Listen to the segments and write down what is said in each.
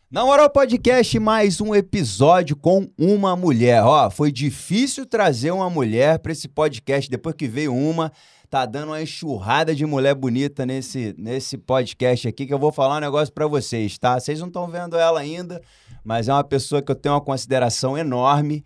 Na Moral Podcast, mais um episódio com uma mulher. Foi difícil trazer uma mulher para esse podcast. Depois que veio uma, tá dando uma enxurrada de mulher bonita nesse podcast aqui, que eu vou falar um negócio para vocês, tá? Vocês não estão vendo ela ainda, mas é uma pessoa que eu tenho uma consideração enorme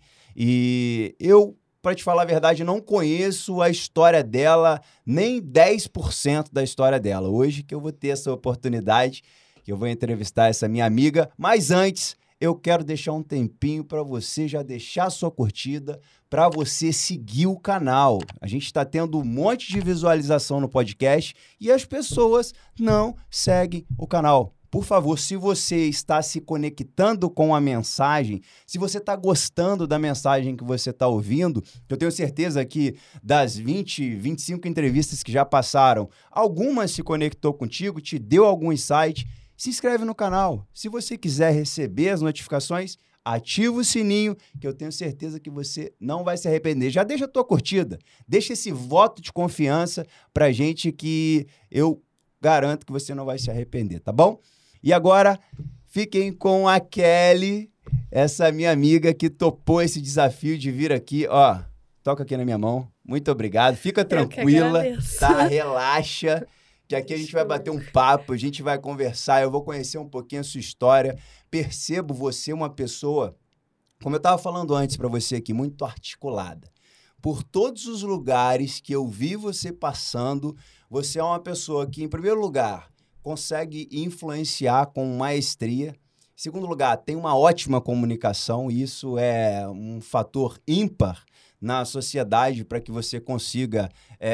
e eu, para te falar a verdade, não conheço a história dela, nem 10% da história dela. Hoje que eu vou ter essa oportunidade, que eu vou entrevistar essa minha amiga, mas antes eu quero deixar um tempinho para você já deixar a sua curtida, para você seguir o canal. A gente está tendo um monte de visualização no podcast e as pessoas não seguem o canal. Por favor, se você está se conectando com a mensagem, se você está gostando da mensagem que você está ouvindo, eu tenho certeza que das 20, 25 entrevistas que já passaram, algumas se conectou contigo, te deu algum insight. Se inscreve no canal. Se você quiser receber as notificações, ativa o sininho, que eu tenho certeza que você não vai se arrepender. Já deixa a tua curtida, deixa esse voto de confiança pra gente que eu garanto que você não vai se arrepender, tá bom? E agora, fiquem com a Kelly, essa minha amiga que topou esse desafio de vir aqui. Toca aqui na minha mão. Muito obrigado. Fica tranquila, tá? Relaxa. Que aqui a gente vai bater um papo, a gente vai conversar, eu vou conhecer um pouquinho a sua história. Percebo você uma pessoa, como eu estava falando antes para você aqui, muito articulada. Por todos os lugares que eu vi você passando, você é uma pessoa que, em primeiro lugar, consegue influenciar com maestria. Em segundo lugar, tem uma ótima comunicação, e isso é um fator ímpar na sociedade para que você consiga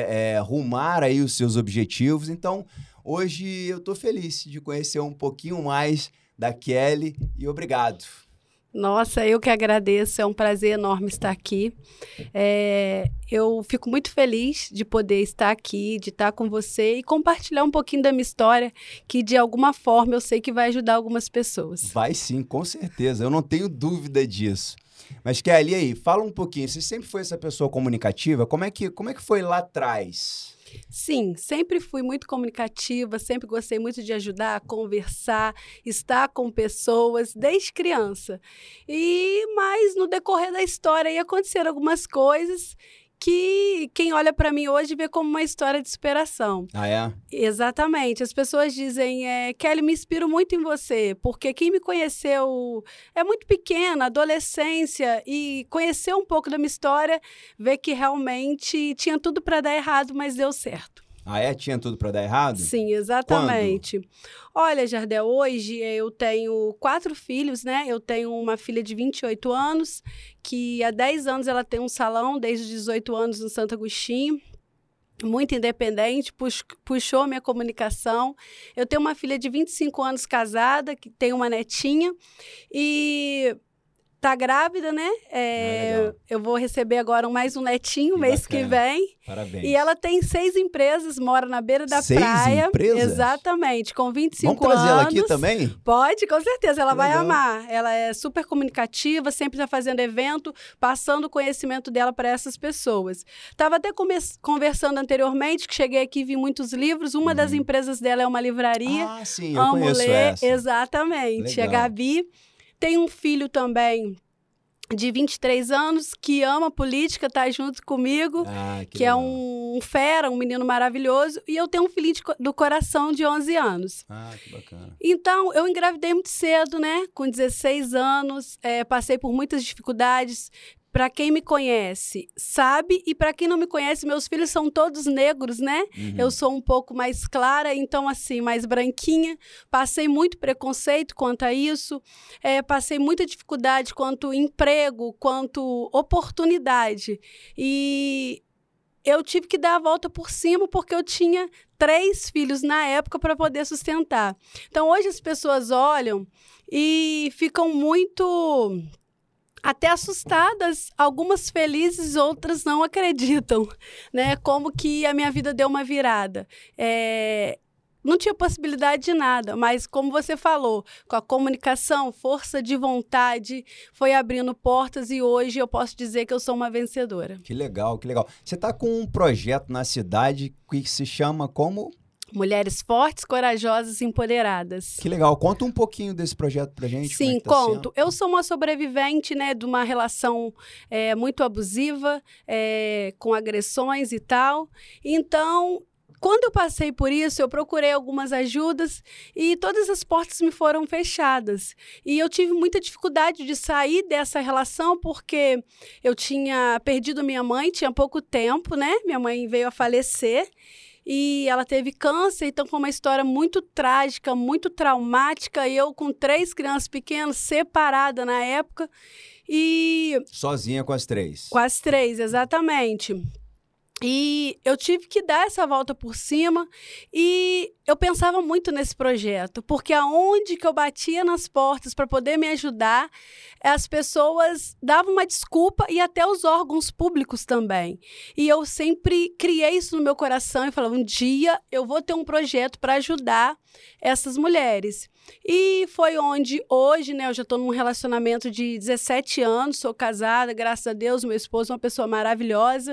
rumar aí os seus objetivos. Então, hoje eu estou feliz de conhecer um pouquinho mais da Kelly e obrigado. Nossa, eu que agradeço, é um prazer enorme estar aqui. Eu fico muito feliz de poder estar aqui, de estar com você e compartilhar um pouquinho da minha história, que de alguma forma eu sei que vai ajudar algumas pessoas. Vai sim, com certeza, eu não tenho dúvida disso. Mas, Kelly, aí, fala um pouquinho, você sempre foi essa pessoa comunicativa? Como é que foi lá atrás? Sim, sempre fui muito comunicativa, sempre gostei muito de ajudar, conversar, estar com pessoas, desde criança. Mas no decorrer da história aí aconteceram algumas coisas que quem olha para mim hoje vê como uma história de superação. Ah, é? Exatamente. As pessoas dizem, Kelly, me inspiro muito em você, porque quem me conheceu é muito pequena, adolescência, e conheceu um pouco da minha história, vê que realmente tinha tudo para dar errado, mas deu certo. Ah, é? Tinha tudo para dar errado? Sim, exatamente. Quando? Olha, Jardel, hoje eu tenho 4 filhos, né? Eu tenho uma filha de 28 anos, que há 10 anos ela tem um salão, desde os 18 anos no Santo Agostinho. Muito independente, puxou minha comunicação. Eu tenho uma filha de 25 anos casada, que tem uma netinha, e tá grávida, né? Eu vou receber agora mais um netinho, mês que vem. Parabéns. E ela tem 6 empresas, mora na beira da 6 praia. empresas? Exatamente, com 25 Vamos trazer anos. ela aqui também? Pode, com certeza, ela vai legal. amar. Ela é super comunicativa, sempre está fazendo evento, passando o conhecimento dela para essas pessoas. Estava até conversando anteriormente, que cheguei aqui e vi muitos livros. Uma das empresas dela é uma livraria. Ah, sim, eu conheço essa. Exatamente, legal. A Gabi. Tem um filho também de 23 anos que ama política, está junto comigo, que legal. é um fera, um menino maravilhoso. E eu tenho um filhinho do coração de 11 anos. Ah, que bacana. Então, eu engravidei muito cedo, né? Com 16 anos, passei por muitas dificuldades. Para quem me conhece, sabe, e para quem não me conhece, meus filhos são todos negros, né? Eu sou um pouco mais clara, então, assim, mais branquinha. Passei muito preconceito quanto a isso, passei muita dificuldade quanto emprego, quanto oportunidade. E eu tive que dar a volta por cima porque eu tinha 3 filhos na época para poder sustentar. Então, hoje as pessoas olham e ficam muito até assustadas, algumas felizes, outras não acreditam, né? Como que a minha vida deu uma virada. Não tinha possibilidade de nada, mas como você falou, com a comunicação, força de vontade, foi abrindo portas e hoje eu posso dizer que eu sou uma vencedora. Que legal, que legal. Você está com um projeto na cidade que se chama como? Mulheres fortes, corajosas e empoderadas. Que legal. Conta um pouquinho desse projeto pra gente. Sim, conto. Eu sou uma sobrevivente, né, de uma relação muito abusiva, com agressões e tal. Então, quando eu passei por isso, eu procurei algumas ajudas e todas as portas me foram fechadas. E eu tive muita dificuldade de sair dessa relação porque eu tinha perdido minha mãe, tinha pouco tempo, né? Minha mãe veio a falecer. E ela teve câncer, então foi uma história muito trágica, muito traumática. E eu com 3 crianças pequenas, separada na época. E... Sozinha com as 3? Com as 3, exatamente. E eu tive que dar essa volta por cima e eu pensava muito nesse projeto, porque aonde que eu batia nas portas para poder me ajudar, as pessoas davam uma desculpa e até os órgãos públicos também. E eu sempre criei isso no meu coração e falava, um dia eu vou ter um projeto para ajudar essas mulheres. E foi onde hoje, né, eu já estou num relacionamento de 17 anos, sou casada, graças a Deus, meu esposo é uma pessoa maravilhosa,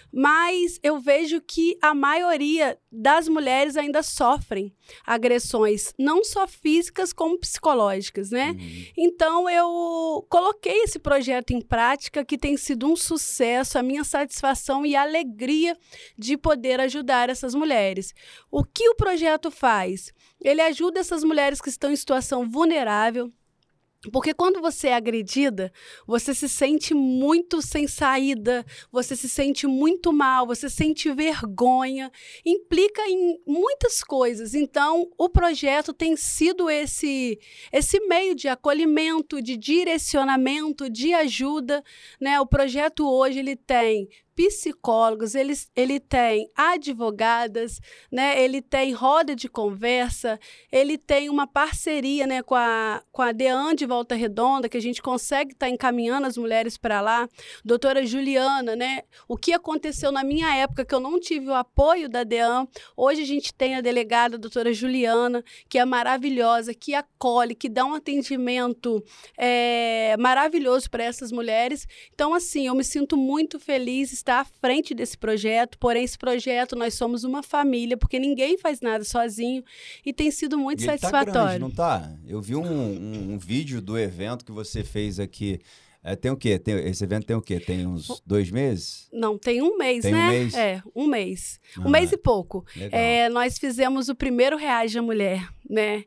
mas eu vejo que a maioria das mulheres ainda sofrem agressões, não só físicas como psicológicas, né? Então eu coloquei esse projeto em prática, que tem sido um sucesso, a minha satisfação e alegria de poder ajudar essas mulheres. O que o projeto faz? Ele ajuda essas mulheres que estão em situação vulnerável, porque quando você é agredida, você se sente muito sem saída, você se sente muito mal, você sente vergonha, implica em muitas coisas. Então, o projeto tem sido esse meio de acolhimento, de direcionamento, de ajuda, né? O projeto hoje ele tem psicólogos, ele tem advogadas, né? Ele tem roda de conversa, ele tem uma parceria, né, com a DEAN de Volta Redonda, que a gente consegue estar encaminhando as mulheres para lá. Doutora Juliana, né? O que aconteceu na minha época, que eu não tive o apoio da DEAN, hoje a gente tem a delegada, a doutora Juliana, que é maravilhosa, que acolhe, que dá um atendimento maravilhoso para essas mulheres. Então, assim, eu me sinto muito feliz estar à frente desse projeto, porém esse projeto nós somos uma família, porque ninguém faz nada sozinho e tem sido muito satisfatório. Tá grande, não tá? Eu vi um vídeo do evento que você fez aqui. Tem o quê? Esse evento tem o quê? Tem uns 2 meses? Não, tem um mês, tem né? Um mês? Um mês. Um mês e pouco. Legal. Nós fizemos o primeiro Reage à Mulher, né?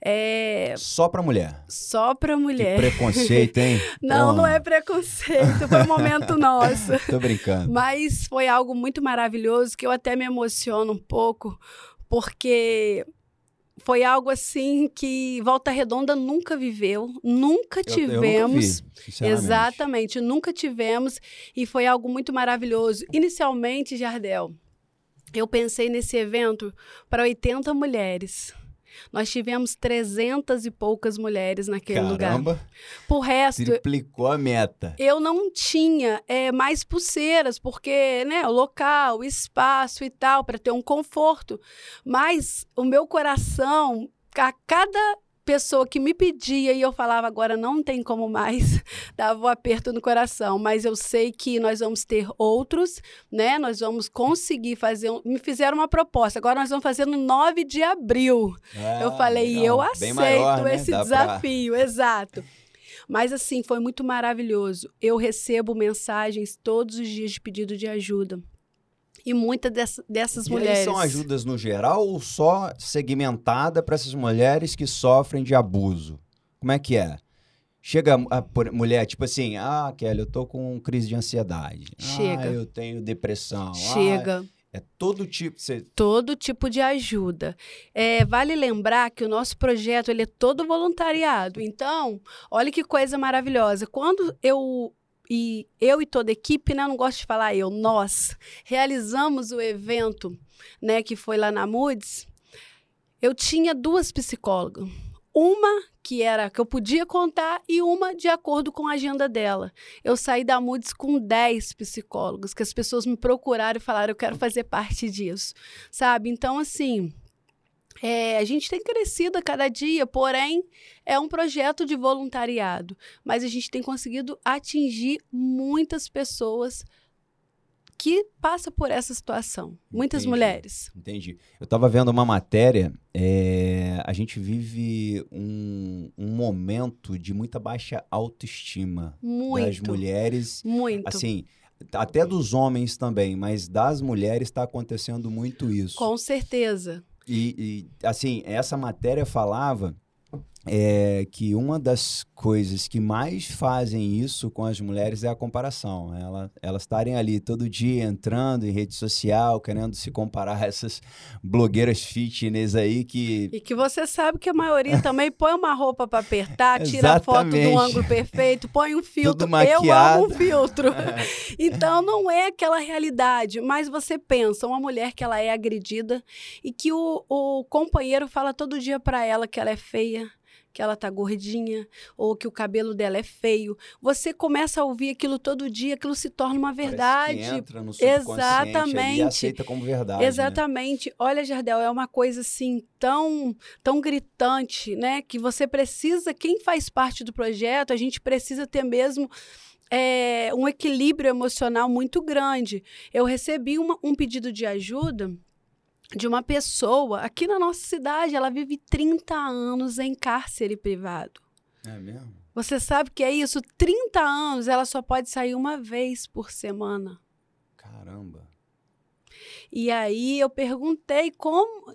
Só pra mulher? Só pra mulher. Que preconceito, hein? Não, não é preconceito, foi um momento nosso. Tô brincando. Mas foi algo muito maravilhoso, que eu até me emociono um pouco, porque foi algo assim que Volta Redonda nunca viveu, nunca tivemos. Eu nunca vi, sinceramente. Exatamente, nunca tivemos, e foi algo muito maravilhoso. Inicialmente, Jardel, eu pensei nesse evento para 80 mulheres. Nós tivemos 300 e poucas mulheres naquele lugar. Caramba! Por resto, triplicou a meta. Eu não tinha mais pulseiras, porque, né, o local, o espaço e tal, para ter um conforto. Mas o meu coração, a cada pessoa que me pedia e eu falava, agora não tem como mais, dava um aperto no coração, mas eu sei que nós vamos ter outros, né? Nós vamos conseguir fazer, me fizeram uma proposta, agora nós vamos fazer no 9 de abril. Eu falei, legal. Eu aceito maior, né? Esse desafio, exato. Mas assim, foi muito maravilhoso. Eu recebo mensagens todos os dias de pedido de ajuda. E muitas dessas mulheres... são ajudas no geral ou só segmentada para essas mulheres que sofrem de abuso? Como é que é? Chega a mulher, tipo assim, Kelly, eu tô com crise de ansiedade. Chega. Eu tenho depressão. Chega. É todo tipo... Todo tipo de ajuda. Vale lembrar que o nosso projeto ele é todo voluntariado. Então, olha que coisa maravilhosa. Quando eu e toda a equipe, né, não gosto de falar nós realizamos o evento, né, que foi lá na Moody's, eu tinha 2 psicólogas. Uma que eu podia contar e uma de acordo com a agenda dela. Eu saí da Moody's com 10 psicólogos, que as pessoas me procuraram e falaram, eu quero fazer parte disso, sabe? Então, assim... a gente tem crescido a cada dia, porém, é um projeto de voluntariado, mas a gente tem conseguido atingir muitas pessoas que passa por essa situação. Muitas Entendi. mulheres. Entendi. Eu estava vendo uma matéria, a gente vive um momento de muita baixa autoestima das Muito, mulheres, muito. assim, até dos homens também, mas das mulheres está acontecendo muito isso. Com certeza. Assim, essa matéria falava que uma das coisas que mais fazem isso com as mulheres é a comparação. Elas estarem ali todo dia entrando em rede social, querendo se comparar a essas blogueiras fitness aí que... E que você sabe que a maioria também põe uma roupa para apertar, tira a foto Exatamente. do ângulo perfeito, põe um filtro. Tudo Eu maquiado. amo um filtro. Então, não é aquela realidade. Mas você pensa, uma mulher que ela é agredida e que o companheiro fala todo dia para ela que ela é feia, que ela tá gordinha, ou que o cabelo dela é feio. Você começa a ouvir aquilo todo dia, aquilo se torna uma verdade. Parece que entra no subconsciente ali e aceita como verdade. Exatamente. Né? Olha, Jardel, é uma coisa assim tão gritante, né? Que você precisa, quem faz parte do projeto, a gente precisa ter mesmo um equilíbrio emocional muito grande. Eu recebi um pedido de ajuda de uma pessoa aqui na nossa cidade. Ela vive 30 anos em cárcere privado. É mesmo? Você sabe o que é isso? 30 anos, ela só pode sair uma vez por semana. Caramba. E aí eu perguntei como...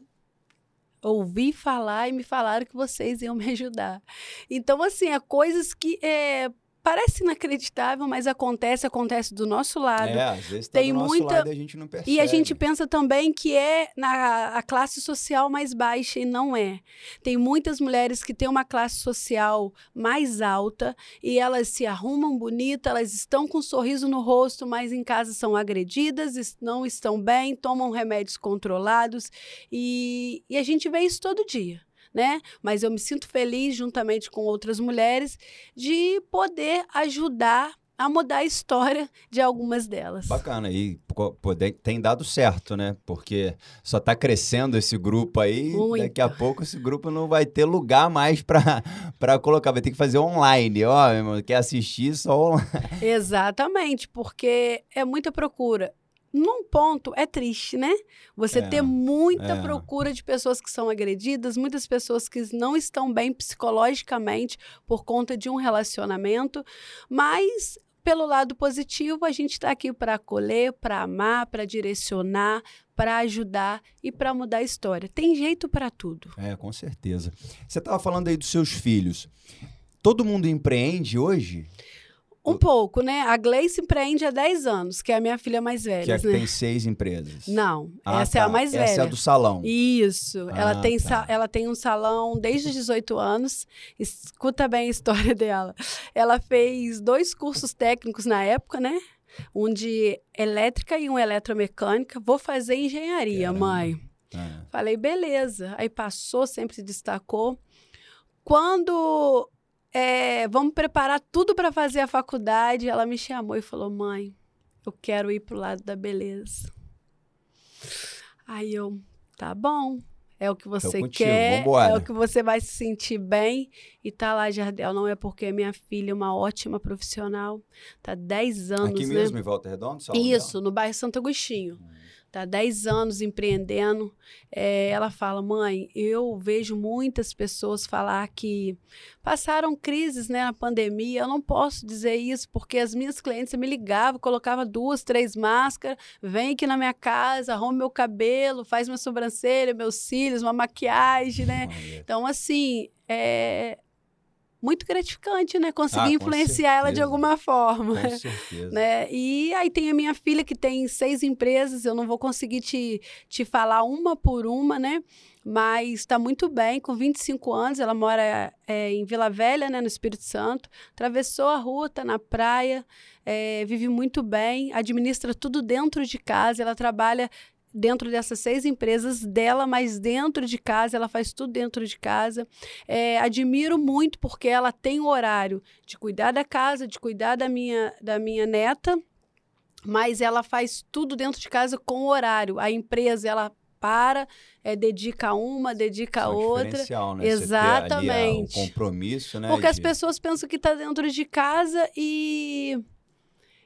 Ouvi falar e me falaram que vocês iam me ajudar. Então, assim, coisas que... Parece inacreditável, mas acontece do nosso lado. Às vezes tá do nosso lado e a gente não percebe. E a gente pensa também que é a classe social mais baixa, e não é. Tem muitas mulheres que têm uma classe social mais alta e elas se arrumam bonita, elas estão com um sorriso no rosto, mas em casa são agredidas, não estão bem, tomam remédios controlados e a gente vê isso todo dia. Né? Mas eu me sinto feliz, juntamente com outras mulheres, de poder ajudar a mudar a história de algumas delas. Bacana, e tem dado certo, né? Porque só está crescendo esse grupo aí, Muito. Daqui a pouco esse grupo não vai ter lugar mais para colocar, vai ter que fazer online, ó, meu irmão, quer assistir só online. Exatamente, porque é muita procura. Num ponto, é triste, né? Você ter muita procura de pessoas que são agredidas, muitas pessoas que não estão bem psicologicamente por conta de um relacionamento, mas, pelo lado positivo, a gente está aqui para acolher, para amar, para direcionar, para ajudar e para mudar a história. Tem jeito para tudo. Com certeza. Você estava falando aí dos seus filhos. Todo mundo empreende hoje? Um pouco, né? A Gleice empreende há 10 anos, que é a minha filha mais velha. Que é que né? tem 6 empresas. Não, essa é a mais velha. Essa é a do salão. Isso. Ela tem um salão desde os 18 anos. Escuta bem a história dela. Ela fez 2 cursos técnicos na época, né? Um de elétrica e um eletromecânica. Vou fazer engenharia, Caramba. Mãe. Falei, beleza. Aí passou, sempre se destacou. Quando... vamos preparar tudo para fazer a faculdade. Ela me chamou e falou, mãe, eu quero ir pro lado da beleza. Aí eu, tá bom, é o que você quer, vambora. É o que você vai se sentir bem. E tá lá, Jardel, não é porque minha filha é uma ótima profissional, tá 10 anos, aqui né? mesmo, em Volta Redonda? Isso, no bairro Santo Agostinho. Tá 10 anos empreendendo. Ela fala, mãe, eu vejo muitas pessoas falar que passaram crises, né, na pandemia. Eu não posso dizer isso porque as minhas clientes me ligavam, colocava 2, 3 máscaras, vem aqui na minha casa, arruma meu cabelo, faz minha sobrancelha, meus cílios, uma maquiagem, né? Então, assim, muito gratificante, né? Conseguir influenciar ela de alguma forma. Com certeza. Né? E aí tem a minha filha que tem 6 empresas, eu não vou conseguir te falar uma por uma, né? Mas está muito bem, com 25 anos, ela mora em Vila Velha, né, no Espírito Santo, atravessou a rua, está na praia, vive muito bem, administra tudo dentro de casa, ela trabalha dentro dessas 6 empresas dela, mas dentro de casa, ela faz tudo dentro de casa. Admiro muito porque ela tem o horário de cuidar da casa, de cuidar da minha neta, mas ela faz tudo dentro de casa com horário. A empresa, ela dedica a uma, dedica a outra. Diferencial, né? Exatamente. Você ter ali, o compromisso, né? Porque as pessoas pensam que está dentro de casa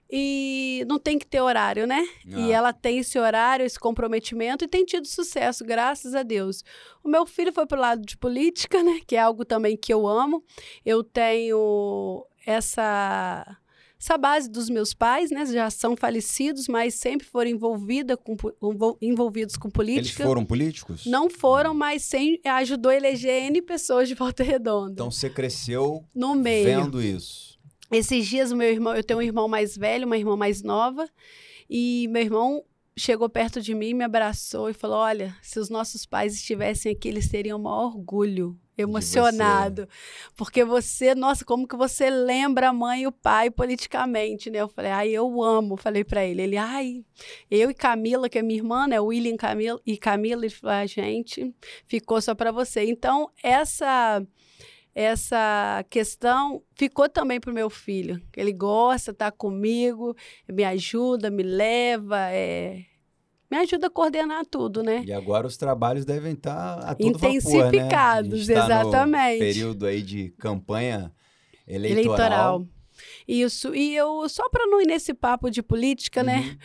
e não tem que ter horário, né? E ela tem esse horário, esse comprometimento e tem tido sucesso, graças a Deus. O meu filho foi pro lado de política, né? Que é algo também que eu amo. Eu tenho essa base dos meus pais, né? Já são falecidos, mas sempre foram envolvidos com política. Eles foram políticos? Não foram, mas ajudou a eleger N pessoas de Volta Redonda. Então você cresceu no meio, vendo isso. Esses dias, eu tenho um irmão mais velho, uma irmã mais nova, e meu irmão chegou perto de mim, me abraçou e falou: olha, se os nossos pais estivessem aqui, eles teriam o maior orgulho. Emocionado, porque nossa, como que você lembra a mãe e o pai politicamente, né? Eu falei, eu amo, falei pra ele. Ele, eu e Camila, que é minha irmã, né? William e Camila, ele falou, gente, ficou só pra você. Então, essa questão ficou também pro meu filho. Ele gosta, tá comigo, me ajuda, me leva, me ajuda a coordenar tudo, né? E agora os trabalhos devem estar a todo intensificados, vapor, né? exatamente. No período aí de campanha eleitoral. Isso. E eu, só para não ir nesse papo de política, né?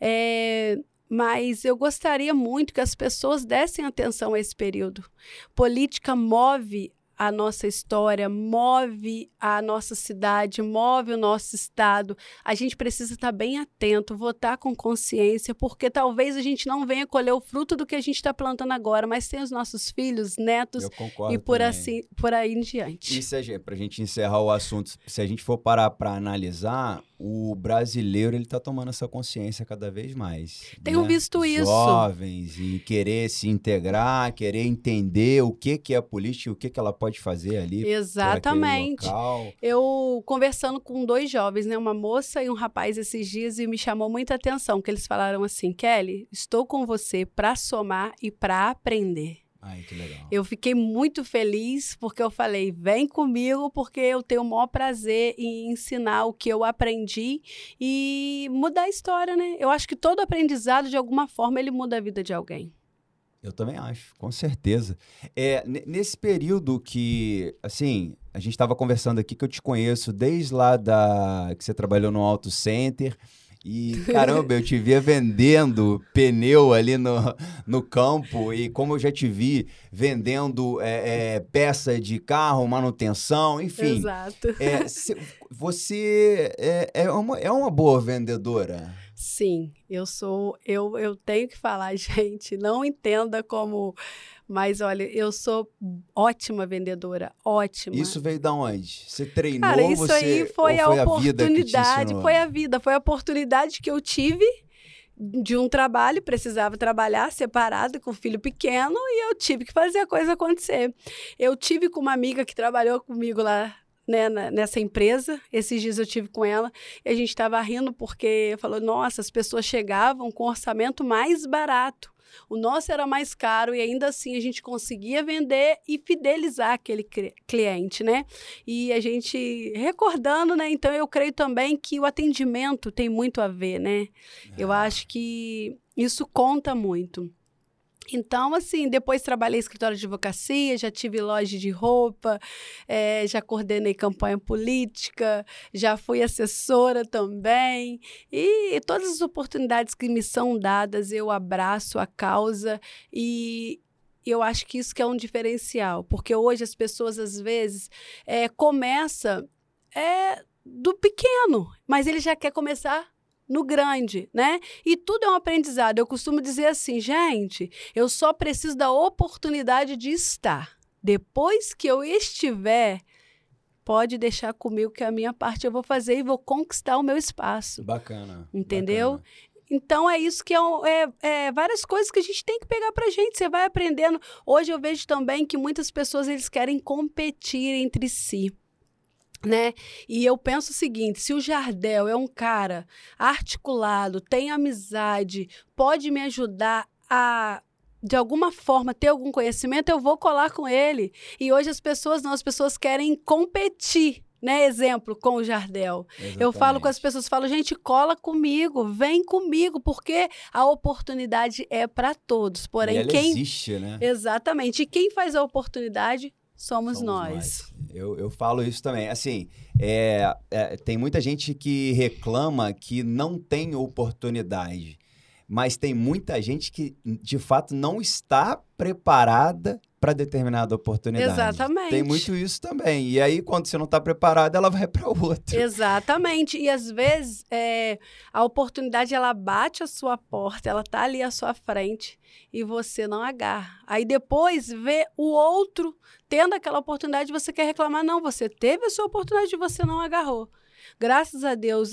Mas eu gostaria muito que as pessoas dessem atenção a esse período. Política move a nossa história, move a nossa cidade, move o nosso estado. A gente precisa estar bem atento, votar com consciência, porque talvez a gente não venha colher o fruto do que a gente está plantando agora, mas tem os nossos filhos, netos, eu concordo e por aí em diante. E para a gente encerrar o assunto, se a gente for parar para analisar, o brasileiro ele tá tomando essa consciência cada vez mais. Tenho visto isso. Jovens, e querer se integrar, querer entender o que é a política e o que ela pode fazer ali. Exatamente. Local. Eu conversando com 2 jovens, né, uma moça e um rapaz esses dias, e me chamou muita atenção, que eles falaram assim: Kelly, estou com você para somar e para aprender. Ai, que legal. Eu fiquei muito feliz porque eu falei, vem comigo, porque eu tenho o maior prazer em ensinar o que eu aprendi e mudar a história, né? Eu acho que todo aprendizado, de alguma forma, ele muda a vida de alguém. Eu também acho, com certeza. Nesse período que, assim, a gente estava conversando aqui, que eu te conheço desde lá que você trabalhou no Auto Center. E, caramba, eu te via vendendo pneu ali no campo, e como eu já te vi vendendo peça de carro, manutenção, enfim. Exato. Você é uma boa vendedora? Sim, eu sou. Eu tenho que falar, gente, não entenda como... Mas, olha, eu sou ótima vendedora, ótima. Isso veio da onde? Você treinou? Cara, isso aí foi a oportunidade, foi a oportunidade que eu tive de um trabalho, precisava trabalhar separado com filho pequeno, e eu tive que fazer a coisa acontecer. Eu tive com uma amiga que trabalhou comigo lá, né, nessa empresa, esses dias eu tive com ela, e a gente estava rindo porque falou, nossa, as pessoas chegavam com orçamento mais barato. O nosso era mais caro e ainda assim a gente conseguia vender e fidelizar aquele cliente, né? E a gente recordando, né? Então eu creio também que o atendimento tem muito a ver, né? Eu acho que isso conta muito. Então, assim, depois trabalhei em escritório de advocacia, já tive loja de roupa, já coordenei campanha política, já fui assessora também. E todas as oportunidades que me são dadas, eu abraço a causa e eu acho que isso que é um diferencial. Porque hoje as pessoas, às vezes, começam do pequeno, mas ele já quer começar no grande, né? E tudo é um aprendizado. Eu costumo dizer assim, gente, eu só preciso da oportunidade de estar. Depois que eu estiver, pode deixar comigo que a minha parte eu vou fazer e vou conquistar o meu espaço. Bacana. Entendeu? Bacana. Então, é isso que várias coisas que a gente tem que pegar pra gente. Você vai aprendendo. Hoje eu vejo também que muitas pessoas eles querem competir entre si. Né? E eu penso o seguinte, se o Jardel é um cara articulado, tem amizade, pode me ajudar a, de alguma forma, ter algum conhecimento, eu vou colar com ele. E hoje as pessoas querem competir, né? Exemplo, com o Jardel. Exatamente. Eu falo com as pessoas, falo, gente, cola comigo, vem comigo, porque a oportunidade é para todos. Porém, e ela existe, né? Exatamente. E quem faz a oportunidade somos nós. Eu falo isso também. Assim, tem muita gente que reclama que não tem oportunidade, mas tem muita gente que, de fato, não está preparada para determinada oportunidade. Exatamente. Tem muito isso também. E aí, quando você não está preparado, ela vai para outra. Exatamente. E, às vezes, a oportunidade, ela bate a sua porta, ela está ali à sua frente e você não agarra. Aí, depois, vê o outro tendo aquela oportunidade, você quer reclamar. Não, você teve a sua oportunidade e você não agarrou. Graças a Deus,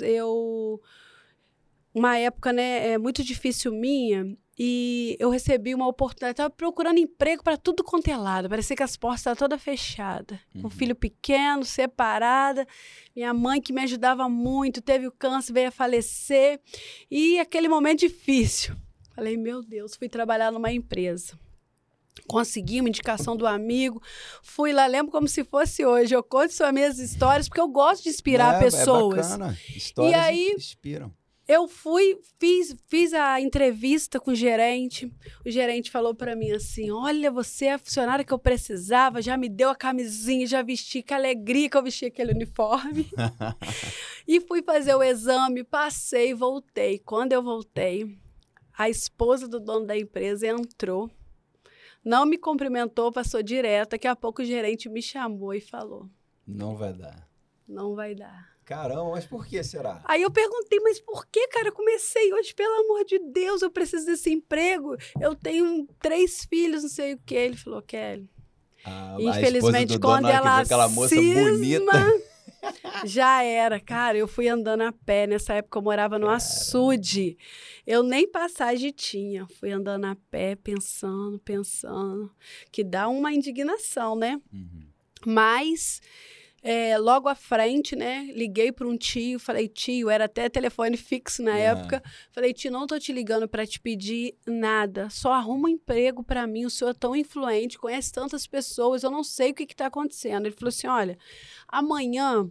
uma época, né, muito difícil minha, e eu recebi uma oportunidade, estava procurando emprego para tudo quanto é lado, parecia que as portas estavam todas fechadas, com filho pequeno, separada, minha mãe que me ajudava muito, teve o câncer, veio a falecer, e aquele momento difícil. Falei, meu Deus, fui trabalhar numa empresa. Consegui uma indicação do amigo, fui lá, lembro como se fosse hoje, eu conto as minhas histórias, porque eu gosto de inspirar pessoas. É bacana, histórias e aí, inspiram. Eu fiz a entrevista com o gerente falou para mim assim, olha, você é a funcionária que eu precisava, já me deu a camisinha, já vesti, que alegria que eu vesti aquele uniforme. E fui fazer o exame, passei, voltei. Quando eu voltei, a esposa do dono da empresa entrou, não me cumprimentou, passou direto, daqui a pouco o gerente me chamou e falou, não vai dar. Não vai dar. Caramba, mas por que será? Aí eu perguntei, mas por que, cara? Eu comecei hoje, pelo amor de Deus, eu preciso desse emprego. Eu tenho 3 filhos, não sei o quê. Ele falou, Kelly. Infelizmente, quando ela aquela moça bonita, já era. Cara, eu fui andando a pé. Nessa época eu morava no açude. Eu nem passagem tinha. Fui andando a pé, pensando. Que dá uma indignação, né? Uhum. Mas... logo à frente, né, liguei para um tio, falei, tio, era até telefone fixo na época, falei, tio, não tô te ligando para te pedir nada, só arruma um emprego para mim, o senhor é tão influente, conhece tantas pessoas, eu não sei o que está acontecendo. Ele falou assim, olha, amanhã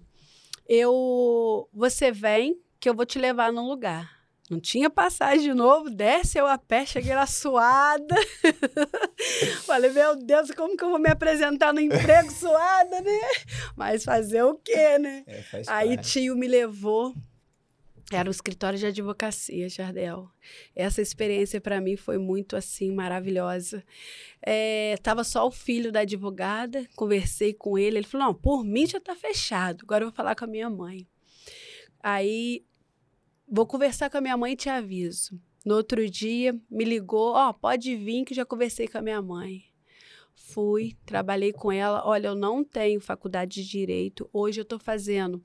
você vem que eu vou te levar num lugar. Não tinha passagem de novo, desce eu a pé, cheguei lá suada. Falei, meu Deus, como que eu vou me apresentar no emprego suada, né? Mas fazer o quê, né? Aí tio me levou, era o escritório de advocacia, Jardel. Essa experiência para mim foi muito, assim, maravilhosa. Tava só o filho da advogada, conversei com ele falou, não, por mim já tá fechado, agora eu vou falar com a minha mãe. Aí... vou conversar com a minha mãe e te aviso. No outro dia, me ligou, pode vir que já conversei com a minha mãe. Fui, trabalhei com ela. Olha, eu não tenho faculdade de Direito. Hoje eu estou fazendo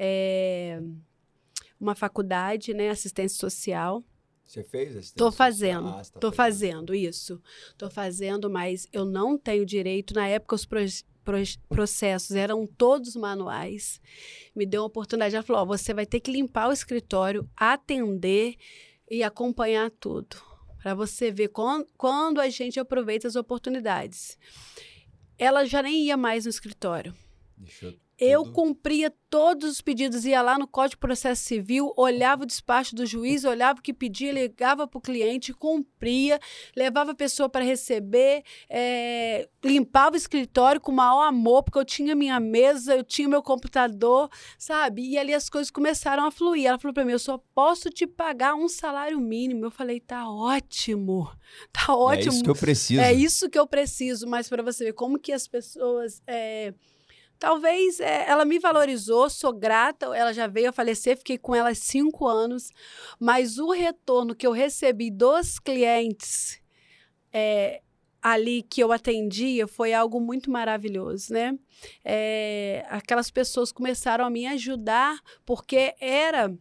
uma faculdade, né, assistência social. Você fez assistência? Estou fazendo, estou fazendo isso. Estou fazendo, mas eu não tenho direito. Na época, os processos eram todos manuais. Me deu uma oportunidade, ela falou, você vai ter que limpar o escritório, atender e acompanhar tudo, para você ver quando a gente aproveita as oportunidades. Ela já nem ia mais no escritório. Eu cumpria todos os pedidos, ia lá no Código de Processo Civil, olhava o despacho do juiz, olhava o que pedia, ligava para o cliente, cumpria, levava a pessoa para receber, limpava o escritório com o maior amor, porque eu tinha minha mesa, eu tinha meu computador, sabe? E ali as coisas começaram a fluir. Ela falou para mim, eu só posso te pagar um salário mínimo. Eu falei, tá ótimo, tá ótimo. É isso que eu preciso. É isso que eu preciso, mas para você ver como que as pessoas... Talvez ela me valorizou, sou grata, ela já veio a falecer, fiquei com ela 5 anos, mas o retorno que eu recebi dos clientes ali que eu atendia foi algo muito maravilhoso, né? Aquelas pessoas começaram a me ajudar porque era...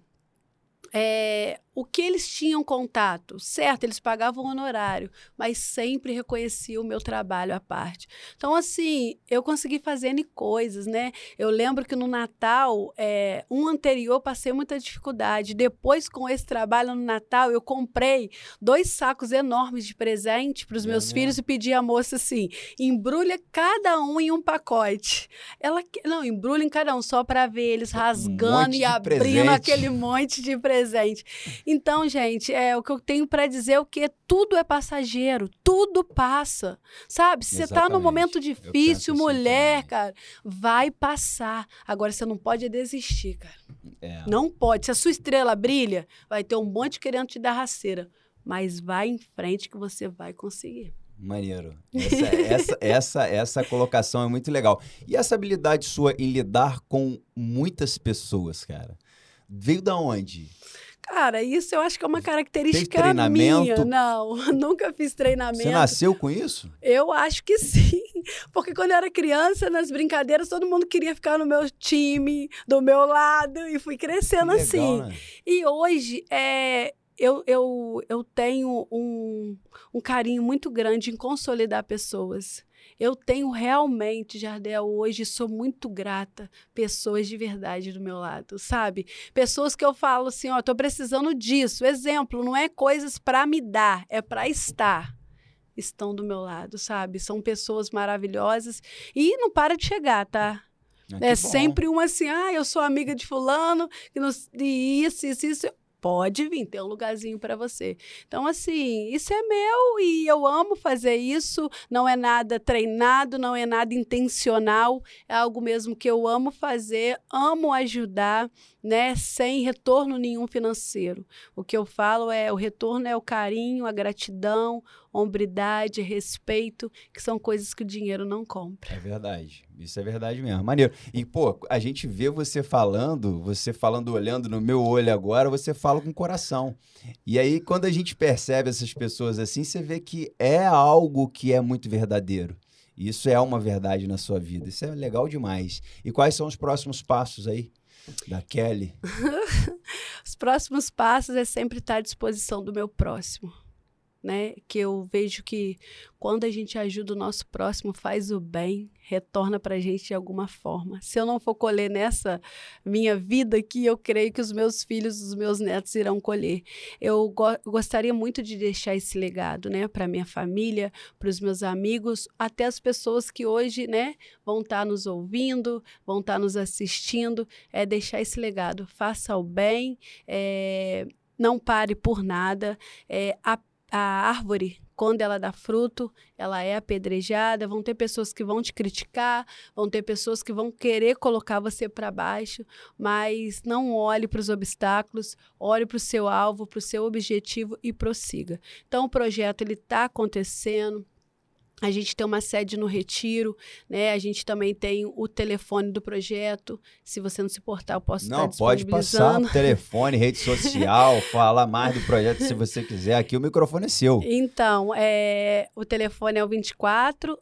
o que eles tinham contato, certo, eles pagavam honorário, mas sempre reconheciam o meu trabalho à parte. Então, assim, eu consegui fazer coisas, né? Eu lembro que no Natal, um anterior, passei muita dificuldade. Depois, com esse trabalho no Natal, eu comprei 2 sacos enormes de presente para os meus filhos e pedi à moça assim, embrulha cada um em um pacote. Não, embrulha em cada um, só para ver eles rasgando e abrindo aquele monte de presente. Então, gente, o que eu tenho para dizer é o que tudo é passageiro, tudo passa, sabe? Se você tá num momento difícil, mulher, assim, cara, vai passar. Agora, você não pode desistir, cara. Não pode. Se a sua estrela brilha, vai ter um monte querendo te dar rasteira. Mas vai em frente que você vai conseguir. Maneiro. Essa colocação é muito legal. E essa habilidade sua em lidar com muitas pessoas, cara, veio da onde? Cara, isso eu acho que é uma característica treinamento? Minha. Não, nunca fiz treinamento. Você nasceu com isso? Eu acho que sim. Porque quando eu era criança, nas brincadeiras, todo mundo queria ficar no meu time, do meu lado, e fui crescendo legal, assim. Né? E hoje, eu tenho um carinho muito grande em consolidar pessoas. Eu tenho realmente, Jardel, hoje sou muito grata, pessoas de verdade do meu lado, sabe? Pessoas que eu falo assim, ó, tô precisando disso. Exemplo, não é coisas para me dar, é para estar. Estão do meu lado, sabe? São pessoas maravilhosas e não para de chegar, tá? É sempre uma assim, eu sou amiga de fulano, e isso. Pode vir, tem um lugarzinho para você. Então, assim, isso é meu e eu amo fazer isso. Não é nada treinado, não é nada intencional. É algo mesmo que eu amo fazer, amo ajudar, né? Sem retorno nenhum financeiro. O que eu falo o retorno é o carinho, a gratidão, hombridade, respeito, que são coisas que o dinheiro não compra. É verdade. Isso é verdade mesmo. Maneiro. E, pô, a gente vê você falando, olhando no meu olho agora, você fala com o coração. E aí, quando a gente percebe essas pessoas assim, você vê que é algo que é muito verdadeiro. Isso é uma verdade na sua vida. Isso é legal demais. E quais são os próximos passos aí da Kelly? Os próximos passos é sempre estar à disposição do meu próximo. Né? Que eu vejo que quando a gente ajuda o nosso próximo, faz o bem, retorna para a gente de alguma forma. Se eu não for colher nessa minha vida aqui, eu creio que os meus filhos, os meus netos irão colher. Eu gostaria muito de deixar esse legado, né? Para minha família, para os meus amigos, até as pessoas que hoje, né, vão estar nos ouvindo, vão estar nos assistindo, deixar esse legado. Faça o bem, não pare por nada, a árvore, quando ela dá fruto, ela é apedrejada, vão ter pessoas que vão te criticar, vão ter pessoas que vão querer colocar você para baixo, mas não olhe para os obstáculos, olhe para o seu alvo, para o seu objetivo e prossiga. Então, o projeto está acontecendo. A gente tem uma sede no Retiro, né? A gente também tem o telefone do projeto. Se você não se importar, eu posso estar disponibilizando. Não, pode passar telefone, rede social, falar mais do projeto se você quiser. Aqui o microfone é seu. Então, o telefone é o 24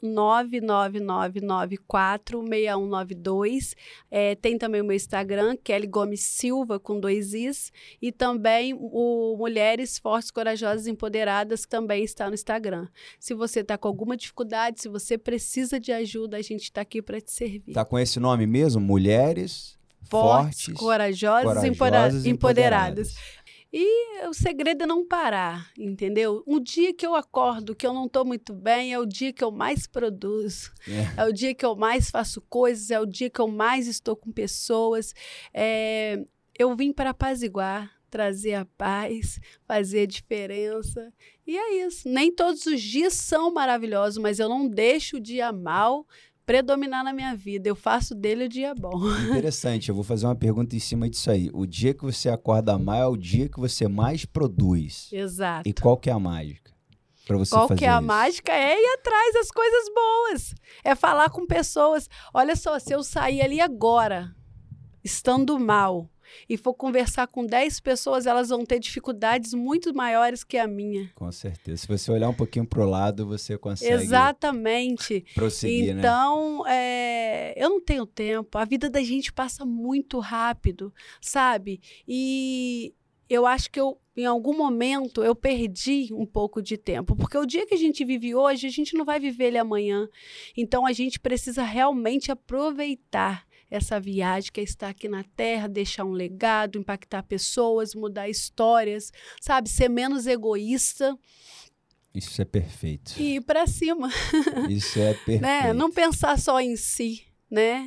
99994 6192. Tem também o meu Instagram, Kelly Gomes Silva, com 2 Is. E também o Mulheres Fortes, Corajosas e Empoderadas, que também está no Instagram. Se você está com alguma dificuldade, se você precisa de ajuda, a gente está aqui para te servir. Tá com esse nome mesmo? Mulheres Fortes, Corajosas e Empoderadas. E o segredo é não parar, entendeu? Um dia que eu acordo, que eu não estou muito bem, é o dia que eu mais produzo. É o dia que eu mais faço coisas, é o dia que eu mais estou com pessoas. Eu vim para apaziguar, trazer a paz, fazer a diferença. E é isso. Nem todos os dias são maravilhosos, mas eu não deixo o dia mal predominar na minha vida. Eu faço dele o dia bom. Interessante. Eu vou fazer uma pergunta em cima disso aí. O dia que você acorda mal é o dia que você mais produz. Exato. E qual que é a mágica para você qual fazer que é a isso? mágica? É ir atrás das coisas boas. É falar com pessoas. Olha só, se eu sair ali agora, estando mal, e for conversar com 10 pessoas, elas vão ter dificuldades muito maiores que a minha. Com certeza. Se você olhar um pouquinho para o lado, você consegue exatamente prosseguir, então, eu não tenho tempo. A vida da gente passa muito rápido, sabe? E eu acho que em algum momento, eu perdi um pouco de tempo. Porque o dia que a gente vive hoje, a gente não vai viver ele amanhã. Então, a gente precisa realmente aproveitar essa viagem que é estar aqui na Terra, deixar um legado, impactar pessoas, mudar histórias, sabe? Ser menos egoísta. Isso é perfeito. E ir para cima. Isso é perfeito. Né? Não pensar só em si, né?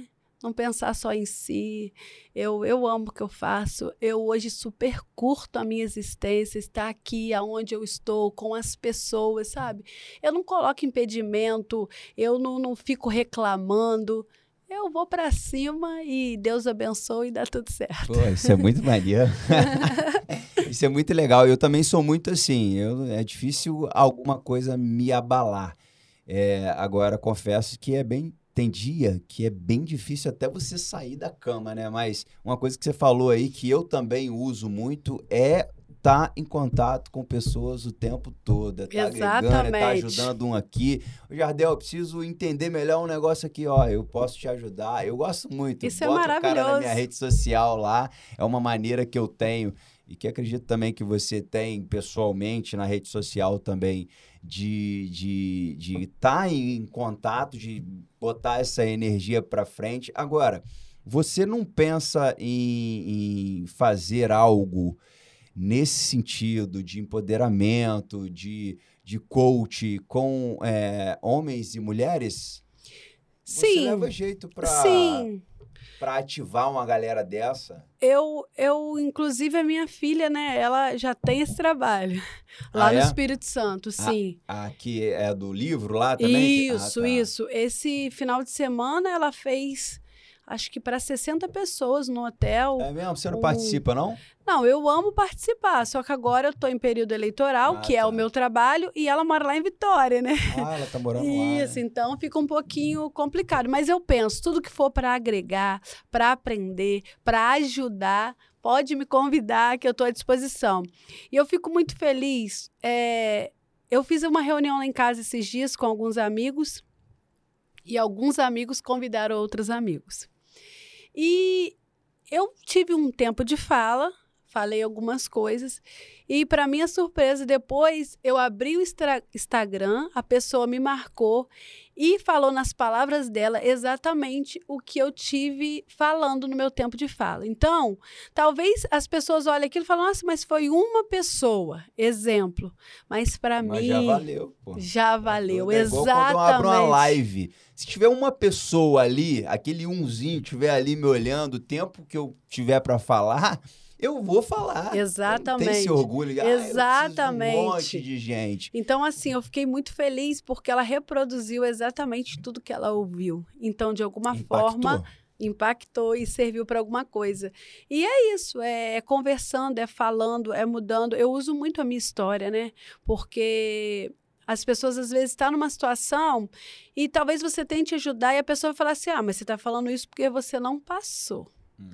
não pensar só em si. Eu amo o que eu faço. Eu hoje super curto a minha existência, estar aqui aonde eu estou, com as pessoas, sabe? Eu não coloco impedimento, eu não fico reclamando. Eu vou para cima e Deus abençoe e dá tudo certo. Pô, isso é muito maneiro. Isso é muito legal. Eu também sou muito assim. É difícil alguma coisa me abalar. Agora, confesso que tem dia que é bem difícil até você sair da cama, né? Mas uma coisa que você falou aí, que eu também uso muito, é estar em contato com pessoas o tempo todo. Tá agregando, tá ajudando um aqui. Jardel, eu preciso entender melhor um negócio aqui, ó. Eu posso te ajudar. Eu gosto muito. Isso é maravilhoso. Bota o cara na minha rede social lá. É uma maneira que eu tenho e que acredito também que você tem pessoalmente na rede social também, de estar em contato, de botar essa energia para frente. Agora, você não pensa em fazer algo nesse sentido de empoderamento, de coach com homens e mulheres? Sim. Você leva jeito para ativar uma galera dessa? Eu, inclusive, a minha filha, né, ela já tem esse trabalho lá no Espírito Santo, sim. Que é do livro lá também? Isso. Esse final de semana ela fez, acho que para 60 pessoas no hotel. É mesmo? Você não participa, não? Não, eu amo participar, só que agora eu estou em período eleitoral, que é o meu trabalho, e ela mora lá em Vitória, né? Ela tá morando lá. Isso, então fica um pouquinho complicado. Mas eu penso, tudo que for para agregar, para aprender, para ajudar, pode me convidar, que eu estou à disposição. E eu fico muito feliz. Eu fiz uma reunião lá em casa esses dias com alguns amigos, e alguns amigos convidaram outros amigos. E eu tive um tempo de fala, falei algumas coisas, e para minha surpresa, depois eu abri o Instagram, a pessoa me marcou e falou nas palavras dela exatamente o que eu tive falando no meu tempo de fala. Então, talvez as pessoas olhem aquilo e falem, nossa, mas foi uma pessoa, exemplo. Mas para mim... já valeu, pô. Já valeu, exatamente. Igual quando eu abro uma live. Se tiver uma pessoa ali, aquele umzinho tiver ali me olhando, o tempo que eu tiver para falar... Eu vou falar. Exatamente. Tem esse orgulho. Exatamente. Um monte de gente. Então, assim, eu fiquei muito feliz porque ela reproduziu exatamente tudo que ela ouviu. Então, de alguma forma, impactou e serviu para alguma coisa. E é isso, é conversando, é falando, é mudando. Eu uso muito a minha história, né? Porque as pessoas, às vezes, estão numa situação e talvez você tente ajudar e a pessoa vai falar assim, mas você está falando isso porque você não passou.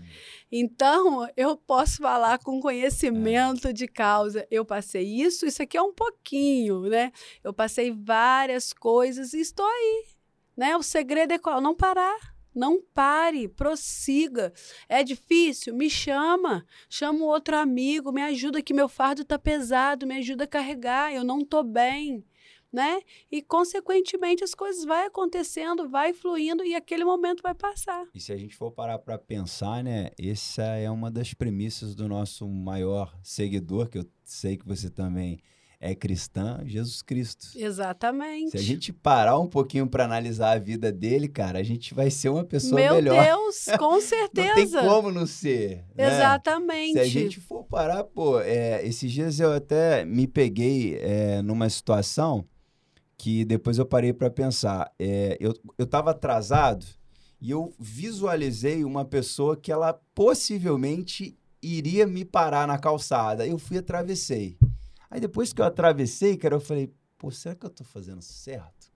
Então, eu posso falar com conhecimento de causa. Eu passei isso aqui é um pouquinho, né? Eu passei várias coisas e estou aí, né? O segredo é qual? Não parar. Não pare, prossiga. É difícil? Me chama. Chama um outro amigo, me ajuda que meu fardo está pesado, me ajuda a carregar, eu não estou bem. Né? E, consequentemente, as coisas vão acontecendo, vai fluindo e aquele momento vai passar. E se a gente for parar para pensar, né? Essa é uma das premissas do nosso maior seguidor, que eu sei que você também é cristã, Jesus Cristo. Exatamente. Se a gente parar um pouquinho para analisar a vida dele, cara, a gente vai ser uma pessoa melhor. Meu Deus, com certeza. Não tem como não ser. Exatamente. Né? Se a gente for parar, esses dias eu até me peguei numa situação que depois eu parei para pensar. Eu estava atrasado e eu visualizei uma pessoa que ela possivelmente iria me parar na calçada. Eu fui e atravessei. Aí depois que eu atravessei, cara, eu falei, será que eu tô fazendo certo?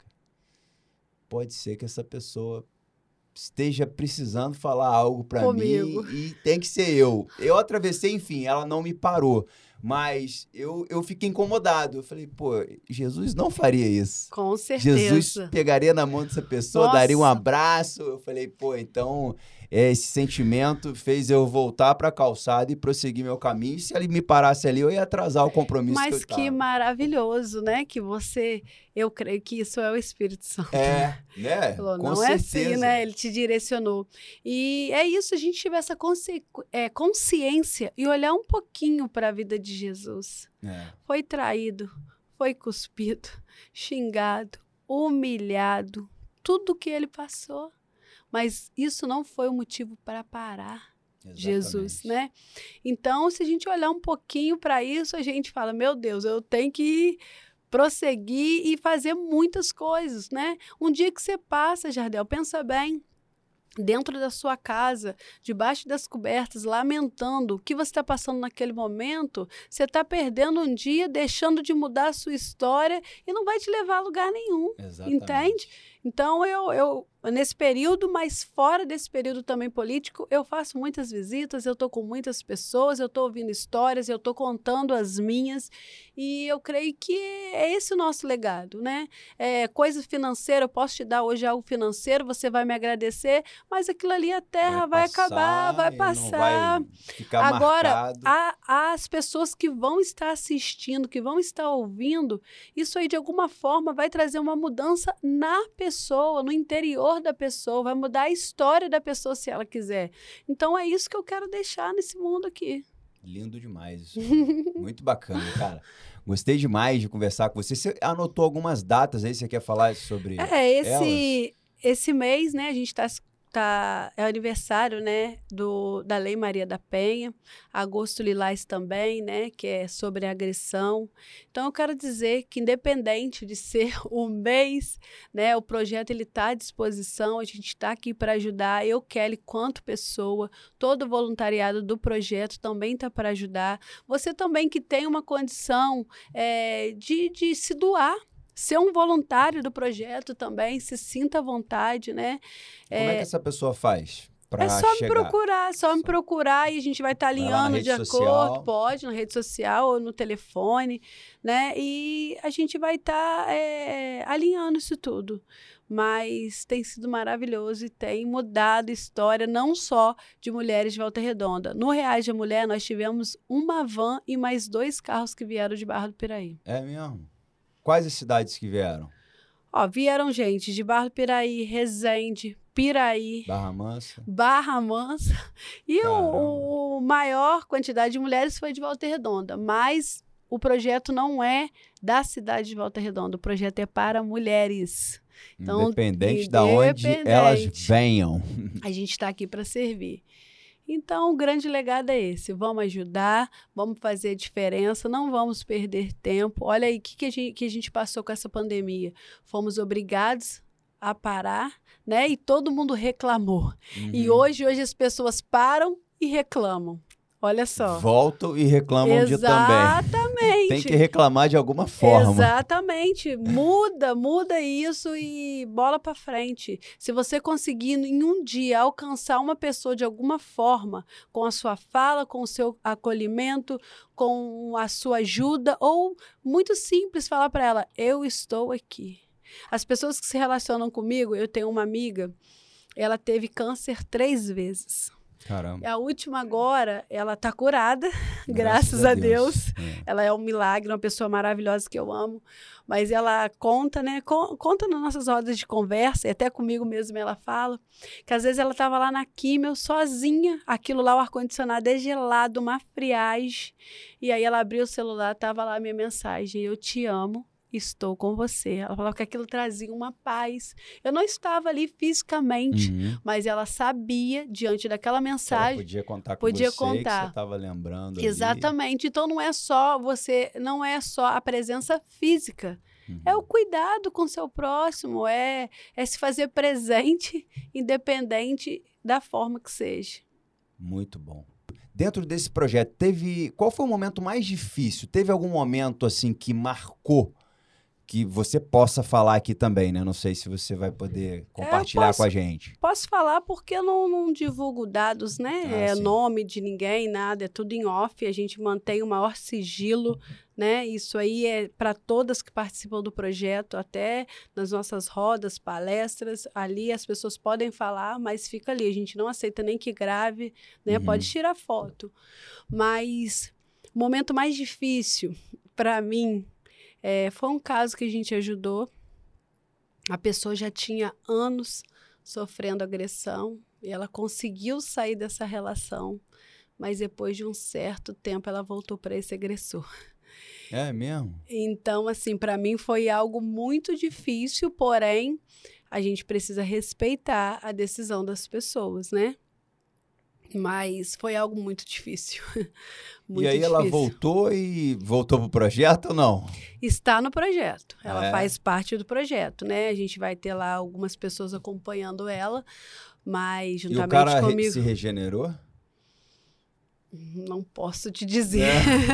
Pode ser que essa pessoa esteja precisando falar algo para mim e tem que ser eu. Eu atravessei, enfim, ela não me parou. Mas eu fiquei incomodado. Eu falei, Jesus não faria isso. Com certeza. Jesus pegaria na mão dessa pessoa, daria um abraço. Eu falei, então esse sentimento fez eu voltar para a calçada e prosseguir meu caminho. E se ele me parasse ali, eu ia atrasar o compromisso que eu estava. Mas que maravilhoso, né? Que eu creio que isso é o Espírito Santo. Né? Falou, com não certeza. É assim, né? Ele te direcionou. E é isso, a gente tiver essa consciência e olhar um pouquinho para a vida de Jesus. Foi traído, foi cuspido, xingado, humilhado, tudo que ele passou. mas isso não foi o motivo para parar. Exatamente. Jesus, né? Então, se a gente olhar um pouquinho para isso, a gente fala, meu Deus, eu tenho que prosseguir e fazer muitas coisas, né? Um dia que você passa, Jardel, pensa bem, dentro da sua casa, debaixo das cobertas, lamentando o que você está passando naquele momento, você está perdendo um dia, deixando de mudar a sua história e não vai te levar a lugar nenhum. Exatamente. Entende? Então, eu nesse período, mas fora desse período também político, eu faço muitas visitas, eu estou com muitas pessoas, eu estou ouvindo histórias, eu estou contando as minhas, e eu creio que é esse o nosso legado, né? Coisa financeira, eu posso te dar hoje algo financeiro, você vai me agradecer, mas aquilo ali, a terra vai acabar, vai passar. Não vai ficar Agora, marcado. as pessoas que vão estar assistindo, que vão estar ouvindo, isso aí de alguma forma vai trazer uma mudança na pessoa, no interior da pessoa, vai mudar a história da pessoa se ela quiser. Então é isso que eu quero deixar nesse mundo aqui. Lindo demais isso. Muito bacana, cara. Gostei demais de conversar com você. Você anotou algumas datas aí, você quer falar sobre elas? Esse mês, né, a gente é o aniversário, né, da Lei Maria da Penha, Agosto Lilás também, né, que é sobre agressão. Então, eu quero dizer que, independente de ser um mês, né, o projeto ele está à disposição, a gente está aqui para ajudar. Eu, Kelly, quanto pessoa, todo o voluntariado do projeto também está para ajudar. Você também que tem uma condição de se doar, ser um voluntário do projeto também, se sinta à vontade, né? Como é que essa pessoa faz para chegar? Me procurar e a gente vai estar alinhando de acordo. Pode, na rede social ou no telefone, né? E a gente vai estar alinhando isso tudo. Mas tem sido maravilhoso e tem mudado a história não só de mulheres de Volta Redonda. No Reais da Mulher, nós tivemos uma van e mais 2 carros que vieram de Barra do Piraí. É mesmo? Quais as cidades que vieram? Vieram gente de Barra do Piraí, Resende, Piraí, Barra Mansa. E o maior quantidade de mulheres foi de Volta Redonda. Mas o projeto não é da cidade de Volta Redonda. O projeto é para mulheres. Então, independente de onde elas venham. A gente está aqui para servir. Então, o grande legado é esse. Vamos ajudar, vamos fazer diferença, não vamos perder tempo. Olha aí o que a gente passou com essa pandemia. Fomos obrigados a parar, né? E todo mundo reclamou. E hoje as pessoas param e reclamam. Olha só. Voltam e reclamam de também. Exatamente. Tem que reclamar de alguma forma. Exatamente. Muda isso e bola para frente. Se você conseguir em um dia alcançar uma pessoa de alguma forma, com a sua fala, com o seu acolhimento, com a sua ajuda, ou muito simples falar para ela, eu estou aqui. As pessoas que se relacionam comigo, eu tenho uma amiga, ela teve câncer 3 vezes. Caramba. A última agora, ela está curada, graças a Deus. Ela é um milagre, uma pessoa maravilhosa que eu amo. Mas ela conta, né? Conta nas nossas rodas de conversa, e até comigo mesmo ela fala, que às vezes ela estava lá na químio, sozinha, aquilo lá, o ar-condicionado é gelado, uma friagem. E aí ela abriu o celular, estava lá a minha mensagem, eu te amo. Estou com você. Ela falava que aquilo trazia uma paz. Eu não estava ali fisicamente, mas ela sabia, diante daquela mensagem... Ela podia contar com você, que você estava lembrando. Exatamente. Ali. Então, não é só a presença física. É o cuidado com o seu próximo, é se fazer presente, independente da forma que seja. Muito bom. Dentro desse projeto, qual foi o momento mais difícil? Teve algum momento assim que marcou? Que você possa falar aqui também, né? Não sei se você vai poder compartilhar com a gente. Posso falar porque eu não divulgo dados, né? Nome de ninguém, nada, é tudo em off. A gente mantém o maior sigilo, né? Isso aí é para todas que participam do projeto, até nas nossas rodas, palestras. Ali as pessoas podem falar, mas fica ali. A gente não aceita nem que grave, né? Pode tirar foto. Mas o momento mais difícil para mim... foi um caso que a gente ajudou. A pessoa já tinha anos sofrendo agressão e ela conseguiu sair dessa relação, mas depois de um certo tempo ela voltou para esse agressor. É mesmo? Então, assim, para mim foi algo muito difícil, porém, a gente precisa respeitar a decisão das pessoas, né? Mas foi algo muito difícil. Muito e aí difícil. ela voltou pro projeto ou não? Está no projeto. Ela faz parte do projeto, né? A gente vai ter lá algumas pessoas acompanhando ela, mas juntamente e o cara comigo... se regenerou? Não posso te dizer.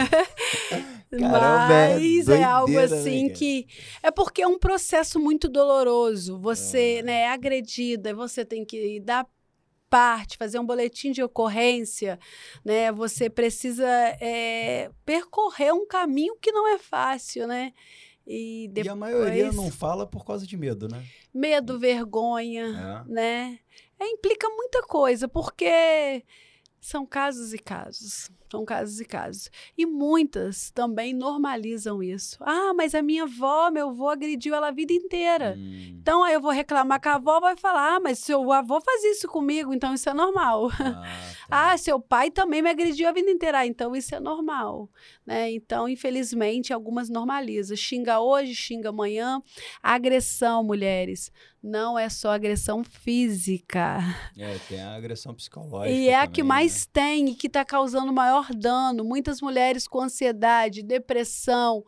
Caramba, Mas é algo doideira, assim, né, que... É porque é um processo muito doloroso. Você, né, é agredida, você tem que dar parte, fazer um boletim de ocorrência, né? Você precisa percorrer um caminho que não é fácil, né? E a maioria não fala por causa de medo, né? Medo, vergonha, né? Implica muita coisa, porque são casos e casos. São casos e casos. E muitas também normalizam isso. Ah, mas a minha avó, meu avô agrediu ela a vida inteira. Então, aí eu vou reclamar com a avó, vai falar, ah, mas seu avô faz isso comigo, então isso é normal. Ah, seu pai também me agrediu a vida inteira, então isso é normal. Né? Então, infelizmente, algumas normalizam. Xinga hoje, xinga amanhã. A agressão, mulheres, não é só agressão física. Tem a agressão psicológica. E é a que mais tem e que está causando maior dano. Muitas mulheres com ansiedade, depressão,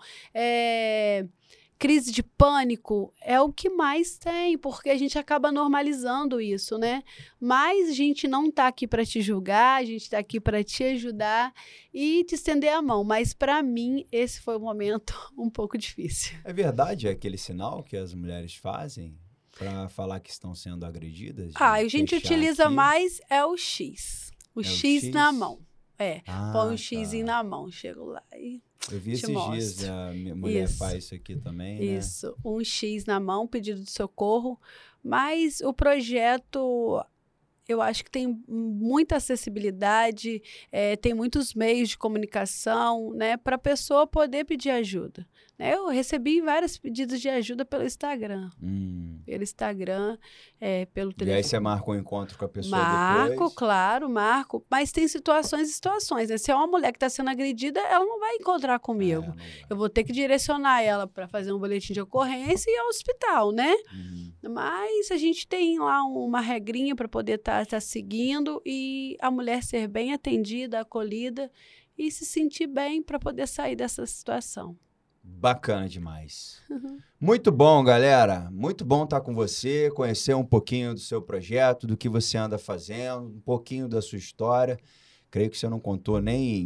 crise de pânico, é o que mais tem, porque a gente acaba normalizando isso, né? Mas a gente não está aqui para te julgar, a gente está aqui para te ajudar e te estender a mão. Mas, para mim, esse foi um momento um pouco difícil. É verdade aquele sinal que as mulheres fazem para falar que estão sendo agredidas? A gente utiliza mais o X. O X na mão. Põe um xizinho na mão, chego lá e eu vi esses dias, a minha mulher faz isso aqui também, né? Isso, um X na mão, pedido de socorro, mas o projeto... Eu acho que tem muita acessibilidade, tem muitos meios de comunicação, né, para a pessoa poder pedir ajuda. Né? Eu recebi vários pedidos de ajuda pelo Instagram. Pelo Instagram, pelo telefone. E aí você marca um encontro com a pessoa depois? Claro, marco. Mas tem situações e situações. Né? Se é uma mulher que está sendo agredida, ela não vai encontrar comigo. Eu vou ter que direcionar ela para fazer um boletim de ocorrência e ir ao hospital, né? Mas a gente tem lá uma regrinha para poder estar seguindo e a mulher ser bem atendida, acolhida e se sentir bem para poder sair dessa situação. Bacana demais. Muito bom, galera. Muito bom estar com você, conhecer um pouquinho do seu projeto, do que você anda fazendo, um pouquinho da sua história. Creio que você não contou nem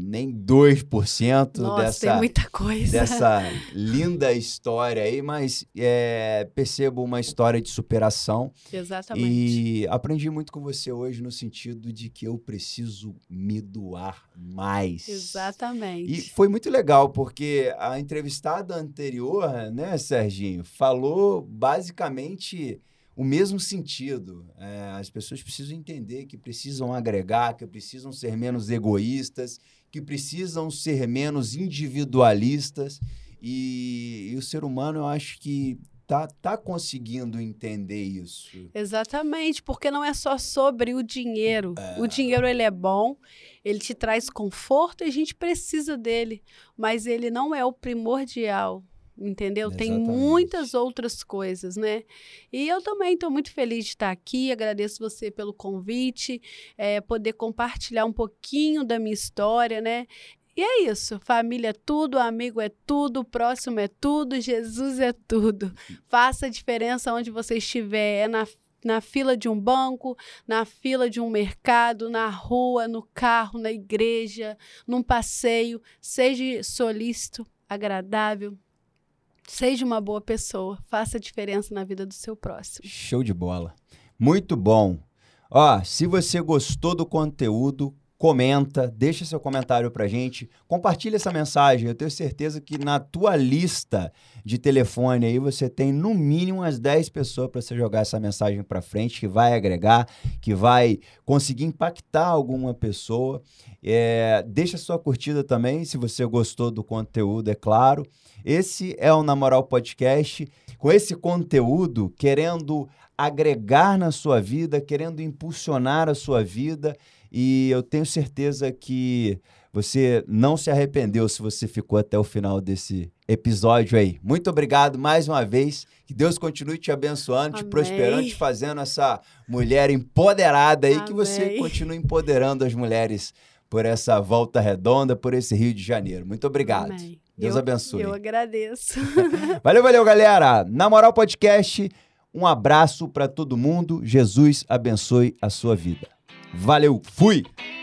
2% tem muita coisa. Dessa linda história aí, mas percebo uma história de superação. Exatamente. E aprendi muito com você hoje no sentido de que eu preciso me doar mais. Exatamente. E foi muito legal, porque a entrevistada anterior, né, Serginho, falou basicamente o mesmo sentido. As pessoas precisam entender que precisam agregar, que precisam ser menos egoístas, que precisam ser menos individualistas. E o ser humano, eu acho que tá conseguindo entender isso. Exatamente, porque não é só sobre o dinheiro. O dinheiro, ele é bom, ele te traz conforto e a gente precisa dele, mas ele não é o primordial. Entendeu? Exatamente. Tem muitas outras coisas, né? E eu também estou muito feliz de estar aqui, agradeço você pelo convite, poder compartilhar um pouquinho da minha história, né? E é isso, família é tudo, amigo é tudo, próximo é tudo, Jesus é tudo. Faça a diferença onde você estiver, na fila de um banco, na fila de um mercado, na rua, no carro, na igreja, num passeio, seja solícito, agradável. Seja uma boa pessoa, faça a diferença na vida do seu próximo. Show de bola. Muito bom. Ó, se você gostou do conteúdo, comenta, deixa seu comentário pra gente, compartilha essa mensagem. Eu tenho certeza que na tua lista de telefone aí você tem no mínimo umas 10 pessoas para você jogar essa mensagem pra frente, que vai agregar, que vai conseguir impactar alguma pessoa. Deixa sua curtida também, se você gostou do conteúdo, é claro. Esse é o Na Moral Podcast, com esse conteúdo, querendo agregar na sua vida, querendo impulsionar a sua vida e eu tenho certeza que você não se arrependeu se você ficou até o final desse episódio aí. Muito obrigado mais uma vez. Que Deus continue te abençoando, te prosperando, te fazendo essa mulher empoderada aí. Amém. Que você continue empoderando as mulheres por essa volta redonda, por esse Rio de Janeiro. Muito obrigado. Amém. Deus abençoe. Eu agradeço. Valeu, galera. Na Moral Podcast, um abraço para todo mundo. Jesus abençoe a sua vida. Valeu, fui!